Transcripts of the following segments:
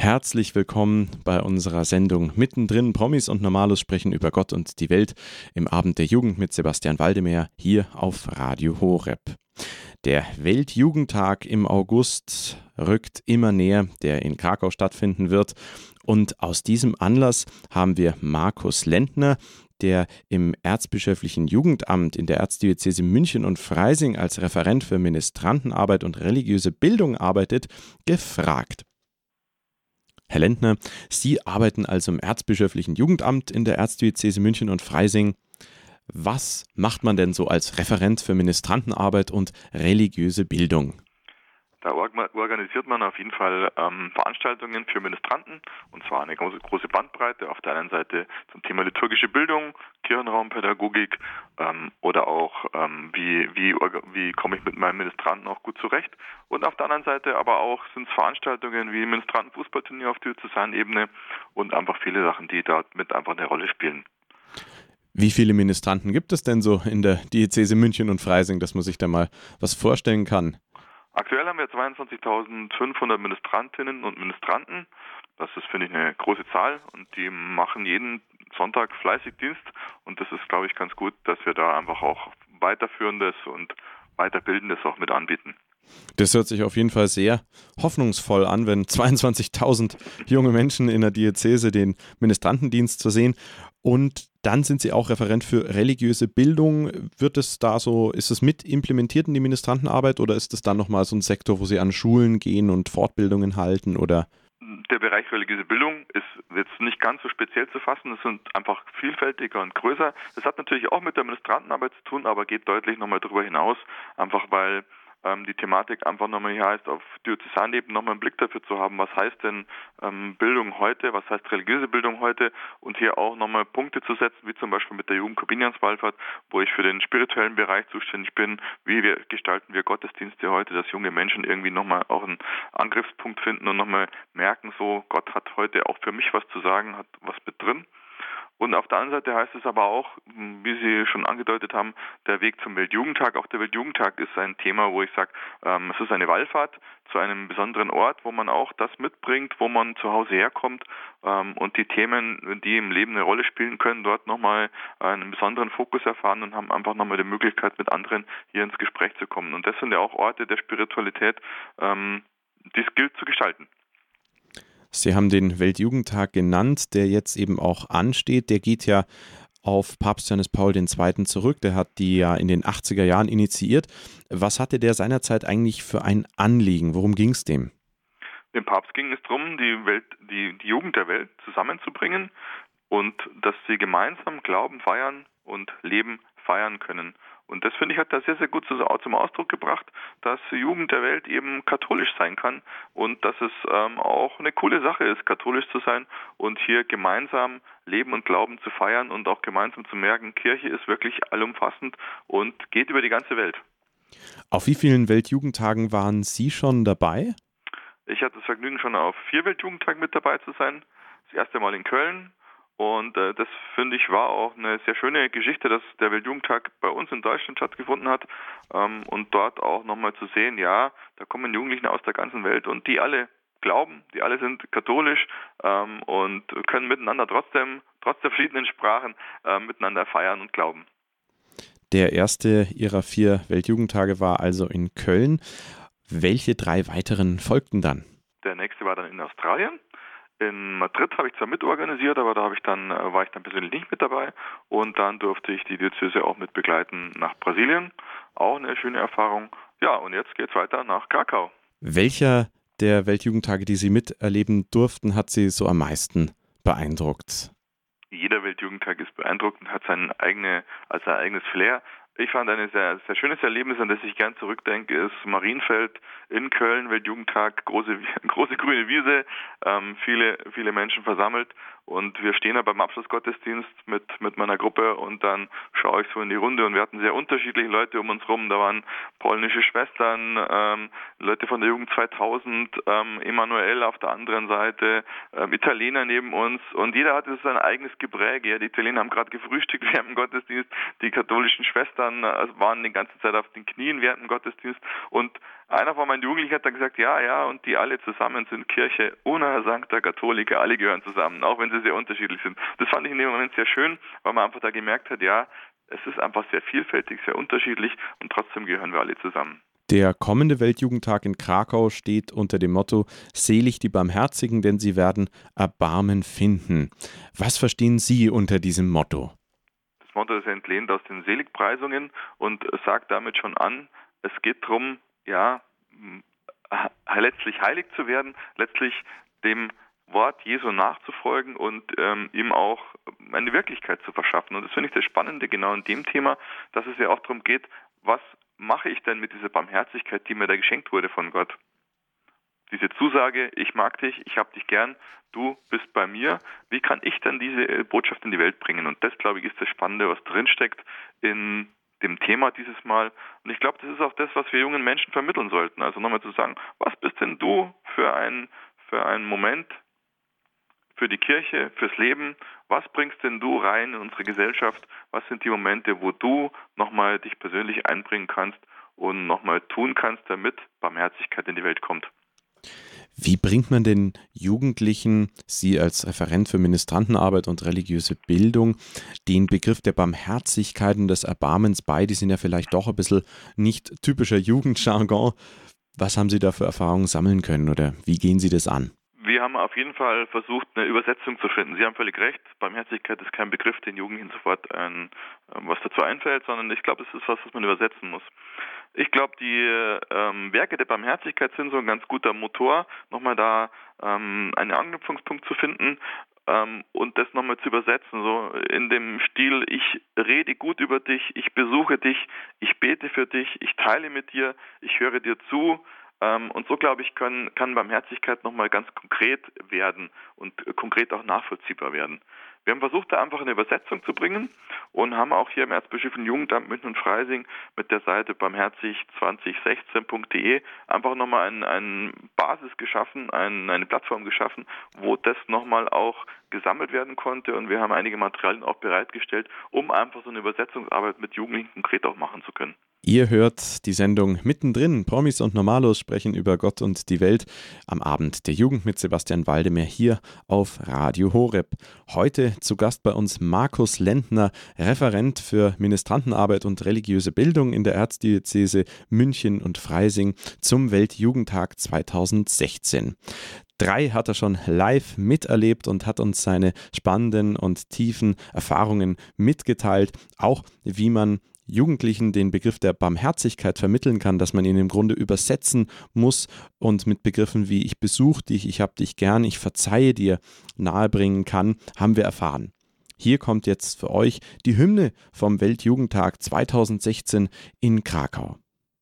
Herzlich willkommen bei unserer Sendung Mittendrin. Promis und Normalos sprechen über Gott und die Welt im Abend der Jugend mit Sebastian Waldemar hier auf Radio Horeb. Der Weltjugendtag im August rückt immer näher, der in Krakau stattfinden wird. Und aus diesem Anlass haben wir Markus Lentner, der im Erzbischöflichen Jugendamt in der Erzdiözese München und Freising als Referent für Ministrantenarbeit und religiöse Bildung arbeitet, gefragt. Herr Lentner, Sie arbeiten also im Erzbischöflichen Jugendamt in der Erzdiözese München und Freising. Was macht man denn so als Referent für Ministrantenarbeit und religiöse Bildung? Da organisiert man auf jeden Fall Veranstaltungen für Ministranten, und zwar eine große Bandbreite. Auf der einen Seite zum Thema liturgische Bildung, Kirchenraumpädagogik oder auch wie komme ich mit meinem Ministranten auch gut zurecht. Und auf der anderen Seite aber auch sind es Veranstaltungen wie Ministrantenfußballturnier auf Diözesanebene und einfach viele Sachen, die dort mit einfach eine Rolle spielen. Wie viele Ministranten gibt es denn so in der Diözese München und Freising, dass man sich da mal was vorstellen kann? Aktuell haben wir 22.500 Ministrantinnen und Ministranten. Das ist, finde ich, eine große Zahl, und die machen jeden Sonntag fleißig Dienst, und das ist, glaube ich, ganz gut, dass wir da einfach auch Weiterführendes und Weiterbildendes auch mit anbieten. Das hört sich auf jeden Fall sehr hoffnungsvoll an, wenn 22.000 junge Menschen in der Diözese den Ministrantendienst zu sehen. Und dann sind Sie auch Referent für religiöse Bildung. Ist es mit implementiert in die Ministrantenarbeit, oder ist es dann nochmal so ein Sektor, wo Sie an Schulen gehen und Fortbildungen halten, oder? Der Bereich religiöse Bildung ist jetzt nicht ganz so speziell zu fassen. Es sind einfach vielfältiger und größer. Das hat natürlich auch mit der Ministrantenarbeit zu tun, aber geht deutlich nochmal darüber hinaus, einfach weil die Thematik einfach nochmal hier heißt, auf Diözesanebene nochmal einen Blick dafür zu haben, was heißt denn Bildung heute, was heißt religiöse Bildung heute, und hier auch nochmal Punkte zu setzen, wie zum Beispiel mit der Jugendkorbinianswallfahrt, wo ich für den spirituellen Bereich zuständig bin. Gestalten wir Gottesdienste heute, dass junge Menschen irgendwie nochmal auch einen Angriffspunkt finden und nochmal merken, so Gott hat heute auch für mich was zu sagen, hat was mit drin. Und auf der anderen Seite heißt es aber auch, wie Sie schon angedeutet haben, der Weg zum Weltjugendtag. Auch der Weltjugendtag ist ein Thema, wo ich sage, es ist eine Wallfahrt zu einem besonderen Ort, wo man auch das mitbringt, wo man zu Hause herkommt, und die Themen, die im Leben eine Rolle spielen können, dort nochmal einen besonderen Fokus erfahren und haben einfach nochmal die Möglichkeit, mit anderen hier ins Gespräch zu kommen. Und das sind ja auch Orte der Spiritualität, die es gilt zu gestalten. Sie haben den Weltjugendtag genannt, der jetzt eben auch ansteht. Der geht ja auf Papst Johannes Paul II. Zurück. Der hat die ja in den 80er Jahren initiiert. Was hatte der seinerzeit eigentlich für ein Anliegen? Worum ging es dem? Dem Papst ging es darum, die Jugend der Welt zusammenzubringen und dass sie gemeinsam Glauben feiern und Leben feiern können. Und das, finde ich, hat er sehr, sehr gut zum Ausdruck gebracht, dass die Jugend der Welt eben katholisch sein kann und dass es auch eine coole Sache ist, katholisch zu sein und hier gemeinsam Leben und Glauben zu feiern und auch gemeinsam zu merken, Kirche ist wirklich allumfassend und geht über die ganze Welt. Auf wie vielen Weltjugendtagen waren Sie schon dabei? Ich hatte das Vergnügen, schon auf 4 Weltjugendtagen mit dabei zu sein. Das erste Mal in Köln. Und das, finde ich, war auch eine sehr schöne Geschichte, dass der Weltjugendtag bei uns in Deutschland stattgefunden hat, und dort auch nochmal zu sehen, ja, da kommen Jugendliche aus der ganzen Welt und die alle glauben, die alle sind katholisch und können miteinander trotz der verschiedenen Sprachen miteinander feiern und glauben. Der erste Ihrer 4 Weltjugendtage war also in Köln. Welche 3 weiteren folgten dann? Der nächste war dann in Australien. In Madrid habe ich zwar mitorganisiert, aber da war ich dann persönlich nicht mit dabei. Und dann durfte ich die Diözese auch mit begleiten nach Brasilien. Auch eine schöne Erfahrung. Ja, und jetzt geht es weiter nach Krakau. Welcher der Weltjugendtage, die Sie miterleben durften, hat Sie so am meisten beeindruckt? Jeder Weltjugendtag ist beeindruckend, hat sein eigenes Flair. Ich fand ein sehr, sehr schönes Erlebnis, an das ich gern zurückdenke, ist Marienfeld in Köln, Weltjugendtag, große grüne Wiese, viele Menschen versammelt, und wir stehen da beim Abschlussgottesdienst mit meiner Gruppe, und dann schaue ich so in die Runde, und wir hatten sehr unterschiedliche Leute um uns rum. Da waren polnische Schwestern, Leute von der Jugend 2000, Emanuel auf der anderen Seite, Italiener neben uns, und jeder hatte sein eigenes Gepräge. Ja, die Italiener haben gerade gefrühstückt während dem Gottesdienst, die katholischen Schwestern waren die ganze Zeit auf den Knien während dem Gottesdienst, und Einer von meinen Jugendlichen hat dann gesagt, ja, ja, und die alle zusammen sind Kirche una sancta Catholica, alle gehören zusammen, auch wenn sie sehr unterschiedlich sind. Das fand ich in dem Moment sehr schön, weil man einfach da gemerkt hat, ja, es ist einfach sehr vielfältig, sehr unterschiedlich und trotzdem gehören wir alle zusammen. Der kommende Weltjugendtag in Krakau steht unter dem Motto „Selig die Barmherzigen, denn sie werden Erbarmen finden“. Was verstehen Sie unter diesem Motto? Das Motto ist entlehnt aus den Seligpreisungen und sagt damit schon an, es geht darum, ja, letztlich heilig zu werden, letztlich dem Wort Jesu nachzufolgen und ihm auch eine Wirklichkeit zu verschaffen. Und das finde ich das Spannende genau in dem Thema, dass es ja auch darum geht, was mache ich denn mit dieser Barmherzigkeit, die mir da geschenkt wurde von Gott? Diese Zusage, ich mag dich, ich habe dich gern, du bist bei mir. Wie kann ich dann diese Botschaft in die Welt bringen? Und das, glaube ich, ist das Spannende, was drinsteckt in dem Thema dieses Mal. Und ich glaube, das ist auch das, was wir jungen Menschen vermitteln sollten. Also nochmal zu sagen, was bist denn du für einen Moment, für die Kirche, fürs Leben? Was bringst denn du rein in unsere Gesellschaft? Was sind die Momente, wo du nochmal dich persönlich einbringen kannst und nochmal tun kannst, damit Barmherzigkeit in die Welt kommt? Wie bringt man den Jugendlichen, Sie als Referent für Ministrantenarbeit und religiöse Bildung, den Begriff der Barmherzigkeit und des Erbarmens bei? Die sind ja vielleicht doch ein bisschen nicht typischer Jugendjargon. Was haben Sie da für Erfahrungen sammeln können oder wie gehen Sie das an? Wir haben auf jeden Fall versucht, eine Übersetzung zu finden. Sie haben völlig recht, Barmherzigkeit ist kein Begriff, den Jugendlichen sofort was dazu einfällt, sondern ich glaube, es ist was man übersetzen muss. Ich glaube, die Werke der Barmherzigkeit sind so ein ganz guter Motor, nochmal da einen Anknüpfungspunkt zu finden und das nochmal zu übersetzen, so in dem Stil, ich rede gut über dich, ich besuche dich, ich bete für dich, ich teile mit dir, ich höre dir zu. Und so, glaube ich, kann Barmherzigkeit nochmal ganz konkret werden und konkret auch nachvollziehbar werden. Wir haben versucht, da einfach eine Übersetzung zu bringen und haben auch hier im Erzbischöflichen Jugendamt München und Freising mit der Seite barmherzig2016.de einfach nochmal eine Basis geschaffen, eine Plattform geschaffen, wo das nochmal auch gesammelt werden konnte und wir haben einige Materialien auch bereitgestellt, um einfach so eine Übersetzungsarbeit mit Jugendlichen konkret auch machen zu können. Ihr hört die Sendung Mittendrin. Promis und Normalos sprechen über Gott und die Welt am Abend der Jugend mit Sebastian Waldemar hier auf Radio Horeb. Heute zu Gast bei uns Markus Lentner, Referent für Ministrantenarbeit und religiöse Bildung in der Erzdiözese München und Freising zum Weltjugendtag 2016. 3 hat er schon live miterlebt und hat uns seine spannenden und tiefen Erfahrungen mitgeteilt, auch wie man Jugendlichen den Begriff der Barmherzigkeit vermitteln kann, dass man ihn im Grunde übersetzen muss und mit Begriffen wie ich besuche dich, ich hab dich gern, ich verzeihe dir nahebringen kann, haben wir erfahren. Hier kommt jetzt für euch die Hymne vom Weltjugendtag 2016 in Krakau.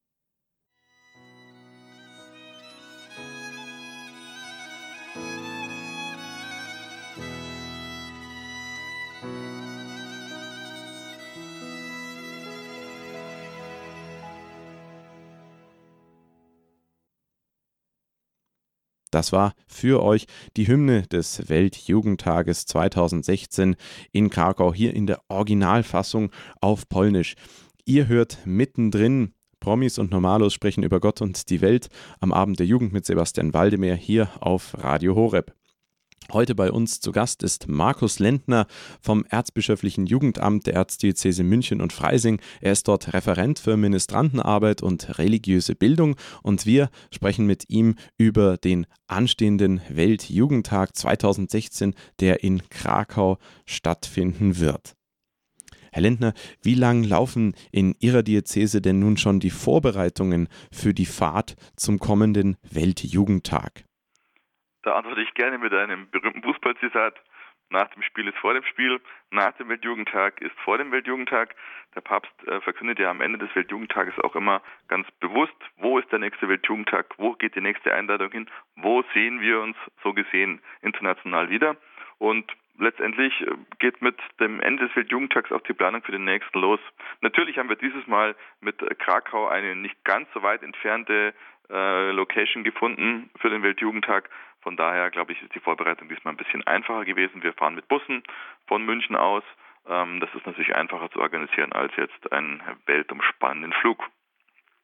Das war für euch die Hymne des Weltjugendtages 2016 in Krakau, hier in der Originalfassung auf Polnisch. Ihr hört mittendrin Promis und Normalos sprechen über Gott und die Welt am Abend der Jugend mit Sebastian Waldemar hier auf Radio Horeb. Heute bei uns zu Gast ist Markus Lentner vom Erzbischöflichen Jugendamt der Erzdiözese München und Freising. Er ist dort Referent für Ministrantenarbeit und religiöse Bildung und wir sprechen mit ihm über den anstehenden Weltjugendtag 2016, der in Krakau stattfinden wird. Herr Lentner, wie lang laufen in Ihrer Diözese denn nun schon die Vorbereitungen für die Fahrt zum kommenden Weltjugendtag? Da antworte ich gerne mit einem berühmten Fußballzitat. Nach dem Spiel ist vor dem Spiel, nach dem Weltjugendtag ist vor dem Weltjugendtag. Der Papst verkündet ja am Ende des Weltjugendtages auch immer ganz bewusst, wo ist der nächste Weltjugendtag, wo geht die nächste Einladung hin, wo sehen wir uns so gesehen international wieder. Und letztendlich geht mit dem Ende des Weltjugendtags auch die Planung für den nächsten los. Natürlich haben wir dieses Mal mit Krakau eine nicht ganz so weit entfernte Location gefunden für den Weltjugendtag. Von daher, glaube ich, ist die Vorbereitung diesmal ein bisschen einfacher gewesen. Wir fahren mit Bussen von München aus. Das ist natürlich einfacher zu organisieren als jetzt einen weltumspannenden Flug.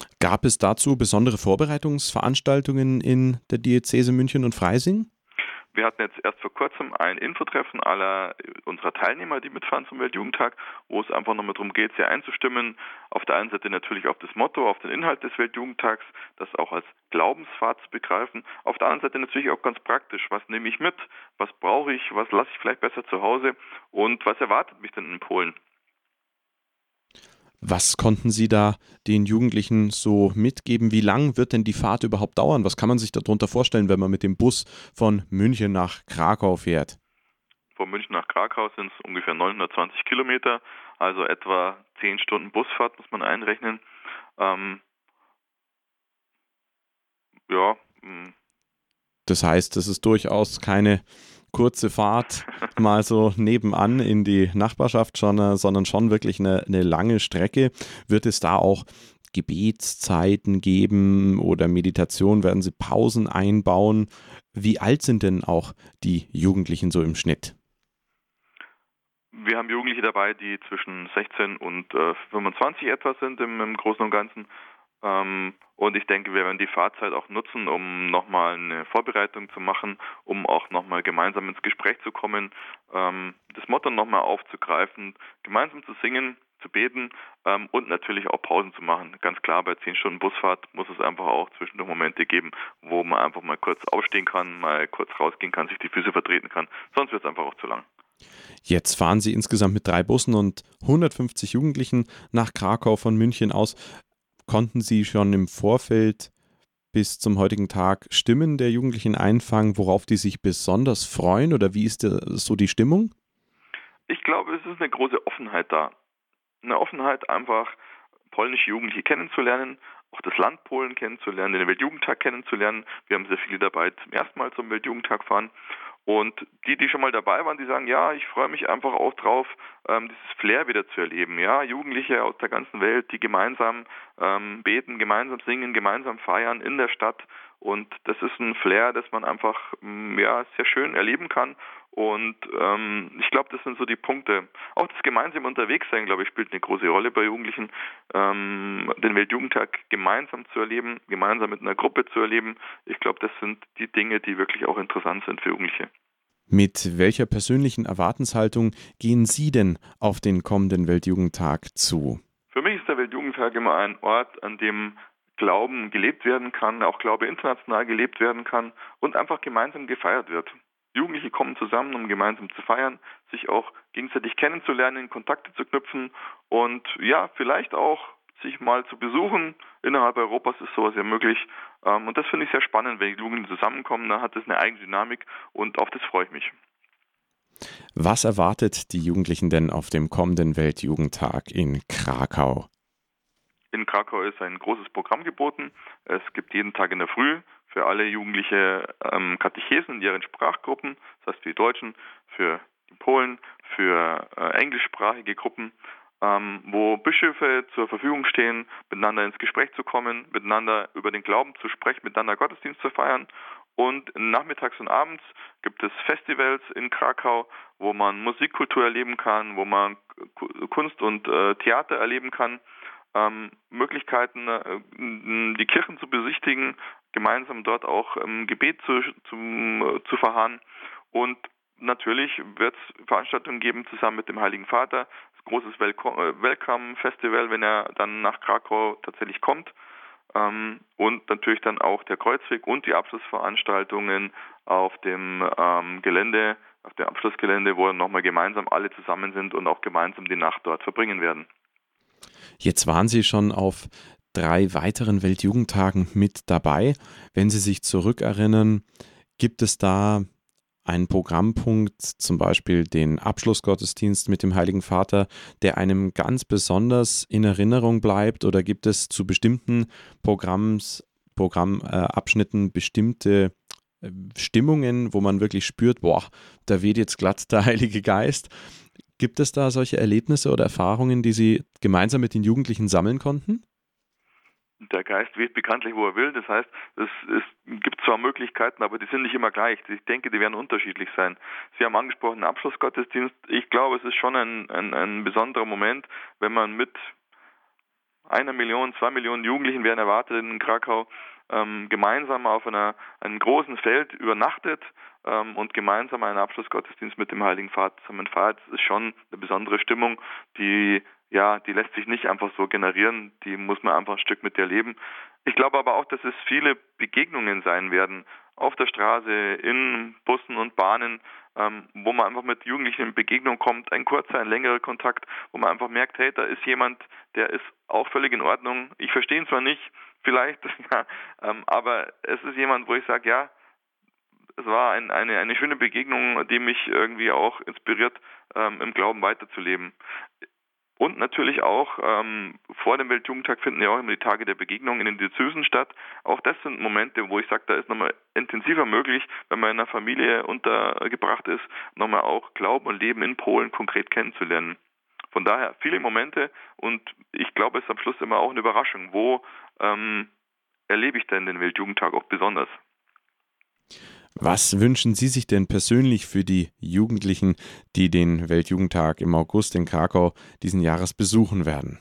Gab es dazu besondere Vorbereitungsveranstaltungen in der Diözese München und Freising? Wir hatten jetzt erst vor kurzem ein Infotreffen aller unserer Teilnehmer, die mitfahren zum Weltjugendtag, wo es einfach nochmal darum geht, sie einzustimmen. Auf der einen Seite natürlich auf das Motto, auf den Inhalt des Weltjugendtags, das auch als Glaubensfahrt zu begreifen. Auf der anderen Seite natürlich auch ganz praktisch. Was nehme ich mit? Was brauche ich? Was lasse ich vielleicht besser zu Hause? Und was erwartet mich denn in Polen? Was konnten Sie da den Jugendlichen so mitgeben? Wie lang wird denn die Fahrt überhaupt dauern? Was kann man sich darunter vorstellen, wenn man mit dem Bus von München nach Krakau fährt? Von München nach Krakau sind es ungefähr 920 Kilometer, also etwa 10 Stunden Busfahrt muss man einrechnen. Ähm, ja, Das heißt, es ist durchaus keine kurze Fahrt mal so nebenan in die Nachbarschaft, sondern schon wirklich eine lange Strecke. Wird es da auch Gebetszeiten geben oder Meditation? Werden Sie Pausen einbauen? Wie alt sind denn auch die Jugendlichen so im Schnitt? Wir haben Jugendliche dabei, die zwischen 16 und 25 etwa sind im Großen und Ganzen. Und ich denke, wir werden die Fahrzeit auch nutzen, um nochmal eine Vorbereitung zu machen, um auch nochmal gemeinsam ins Gespräch zu kommen, das Motto nochmal aufzugreifen, gemeinsam zu singen, zu beten und natürlich auch Pausen zu machen. Ganz klar, bei 10 Stunden Busfahrt muss es einfach auch zwischendurch Momente geben, wo man einfach mal kurz aufstehen kann, mal kurz rausgehen kann, sich die Füße vertreten kann. Sonst wird es einfach auch zu lang. Jetzt fahren Sie insgesamt mit 3 Bussen und 150 Jugendlichen nach Krakau von München aus. Konnten Sie schon im Vorfeld bis zum heutigen Tag Stimmen der Jugendlichen einfangen, worauf die sich besonders freuen, oder wie ist so die Stimmung? Ich glaube, es ist eine große Offenheit da. Eine Offenheit, einfach polnische Jugendliche kennenzulernen, auch das Land Polen kennenzulernen, den Weltjugendtag kennenzulernen. Wir haben sehr viele dabei, zum ersten Mal zum Weltjugendtag fahren. Und die schon mal dabei waren, die sagen, ja, ich freue mich einfach auch drauf, dieses Flair wieder zu erleben. Ja, Jugendliche aus der ganzen Welt, die gemeinsam beten, gemeinsam singen, gemeinsam feiern in der Stadt. Und das ist ein Flair, das man einfach ja, sehr schön erleben kann. Und ich glaube, das sind so die Punkte. Auch das gemeinsame Unterwegssein, glaube ich, spielt eine große Rolle bei Jugendlichen. Den Weltjugendtag gemeinsam zu erleben, gemeinsam mit einer Gruppe zu erleben. Ich glaube, das sind die Dinge, die wirklich auch interessant sind für Jugendliche. Mit welcher persönlichen Erwartenshaltung gehen Sie denn auf den kommenden Weltjugendtag zu? Für mich ist der Weltjugendtag immer ein Ort, an dem Glauben gelebt werden kann, auch Glaube international gelebt werden kann und einfach gemeinsam gefeiert wird. Jugendliche kommen zusammen, um gemeinsam zu feiern, sich auch gegenseitig kennenzulernen, Kontakte zu knüpfen und ja, vielleicht auch sich mal zu besuchen. Innerhalb Europas ist sowas ja möglich. Und das finde ich sehr spannend, wenn die Jugendlichen zusammenkommen, dann hat das eine eigene Dynamik und auf das freue ich mich. Was erwartet die Jugendlichen denn auf dem kommenden Weltjugendtag in Krakau? In Krakau ist ein großes Programm geboten. Es gibt jeden Tag in der Früh für alle Jugendliche Katechesen in ihren Sprachgruppen, das heißt für die Deutschen, für die Polen, für englischsprachige Gruppen, wo Bischöfe zur Verfügung stehen, miteinander ins Gespräch zu kommen, miteinander über den Glauben zu sprechen, miteinander Gottesdienst zu feiern. Und nachmittags und abends gibt es Festivals in Krakau, wo man Musikkultur erleben kann, wo man Kunst und Theater erleben kann. Möglichkeiten, die Kirchen zu besichtigen, gemeinsam dort auch Gebet zu verharren. Und natürlich wird es Veranstaltungen geben zusammen mit dem Heiligen Vater, das großes Welcome-Festival, wenn er dann nach Krakau tatsächlich kommt. Und natürlich dann auch der Kreuzweg und die Abschlussveranstaltungen auf dem Gelände, auf dem Abschlussgelände, wo dann nochmal gemeinsam alle zusammen sind und auch gemeinsam die Nacht dort verbringen werden. Jetzt waren Sie schon auf 3 weiteren Weltjugendtagen mit dabei. Wenn Sie sich zurückerinnern, gibt es da einen Programmpunkt, zum Beispiel den Abschlussgottesdienst mit dem Heiligen Vater, der einem ganz besonders in Erinnerung bleibt? Oder gibt es zu bestimmten Programmabschnitten bestimmte Stimmungen, wo man wirklich spürt, boah, da weht jetzt glatt der Heilige Geist? Gibt es da solche Erlebnisse oder Erfahrungen, die Sie gemeinsam mit den Jugendlichen sammeln konnten? Der Geist weht bekanntlich, wo er will. Das heißt, es gibt zwar Möglichkeiten, aber die sind nicht immer gleich. Ich denke, die werden unterschiedlich sein. Sie haben angesprochen, den Abschlussgottesdienst. Ich glaube, es ist schon ein besonderer Moment, wenn man mit 1 Million, 2 Millionen Jugendlichen werden erwartet in Krakau, gemeinsam auf einem großen Feld übernachtet und gemeinsam einen Abschlussgottesdienst mit dem Heiligen Vater zusammen feiert. Das ist schon eine besondere Stimmung, die lässt sich nicht einfach so generieren, die muss man einfach ein Stück mit erleben. Ich glaube aber auch, dass es viele Begegnungen sein werden, auf der Straße, in Bussen und Bahnen, wo man einfach mit Jugendlichen in Begegnung kommt, ein kurzer, ein längerer Kontakt, wo man einfach merkt, hey, da ist jemand, der ist auch völlig in Ordnung. Ich verstehe ihn zwar nicht, vielleicht, aber es ist jemand, wo ich sage, ja, es war eine schöne Begegnung, die mich irgendwie auch inspiriert, im Glauben weiterzuleben. Und natürlich auch vor dem Weltjugendtag finden ja auch immer die Tage der Begegnung in den Diözesen statt. Auch das sind Momente, wo ich sage, da ist nochmal intensiver möglich, wenn man in einer Familie untergebracht ist, nochmal auch Glauben und Leben in Polen konkret kennenzulernen. Von daher viele Momente und ich glaube, es ist am Schluss immer auch eine Überraschung. Wo erlebe ich denn den Weltjugendtag auch besonders? Was wünschen Sie sich denn persönlich für die Jugendlichen, die den Weltjugendtag im August in Krakau diesen Jahres besuchen werden?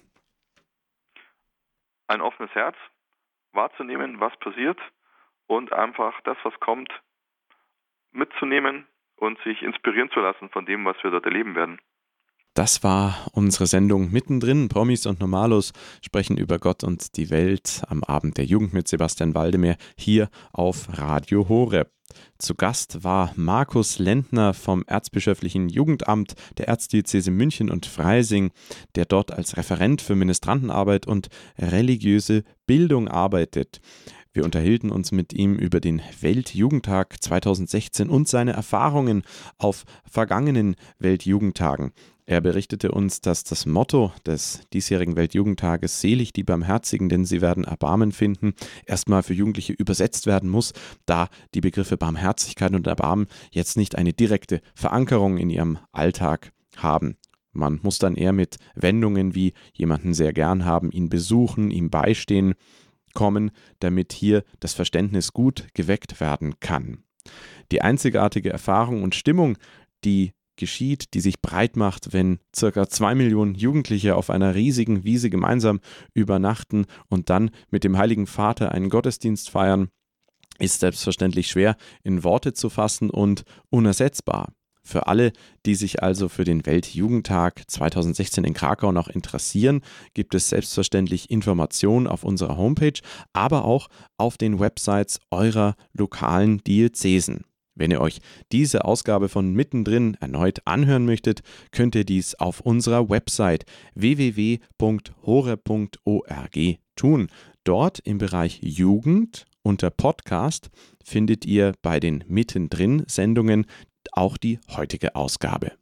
Ein offenes Herz, wahrzunehmen, was passiert und einfach das, was kommt, mitzunehmen und sich inspirieren zu lassen von dem, was wir dort erleben werden. Das war unsere Sendung mittendrin. Promis und Normalos sprechen über Gott und die Welt am Abend der Jugend mit Sebastian Waldemar hier auf Radio Horeb. Zu Gast war Markus Lendner vom Erzbischöflichen Jugendamt der Erzdiözese München und Freising, der dort als Referent für Ministrantenarbeit und religiöse Bildung arbeitet. Wir unterhielten uns mit ihm über den Weltjugendtag 2016 und seine Erfahrungen auf vergangenen Weltjugendtagen. Er berichtete uns, dass das Motto des diesjährigen Weltjugendtages „Selig die Barmherzigen, denn sie werden Erbarmen finden" erstmal für Jugendliche übersetzt werden muss, da die Begriffe Barmherzigkeit und Erbarmen jetzt nicht eine direkte Verankerung in ihrem Alltag haben. Man muss dann eher mit Wendungen wie jemanden sehr gern haben, ihn besuchen, ihm beistehen kommen, damit hier das Verständnis gut geweckt werden kann. Die einzigartige Erfahrung und Stimmung, die geschieht, die sich breit macht, wenn ca. 2 Millionen Jugendliche auf einer riesigen Wiese gemeinsam übernachten und dann mit dem Heiligen Vater einen Gottesdienst feiern, ist selbstverständlich schwer in Worte zu fassen und unersetzbar. Für alle, die sich also für den Weltjugendtag 2016 in Krakau noch interessieren, gibt es selbstverständlich Informationen auf unserer Homepage, aber auch auf den Websites eurer lokalen Diözesen. Wenn ihr euch diese Ausgabe von Mittendrin erneut anhören möchtet, könnt ihr dies auf unserer Website www.horeb.org tun. Dort im Bereich Jugend unter Podcast findet ihr bei den Mittendrin-Sendungen auch die heutige Ausgabe.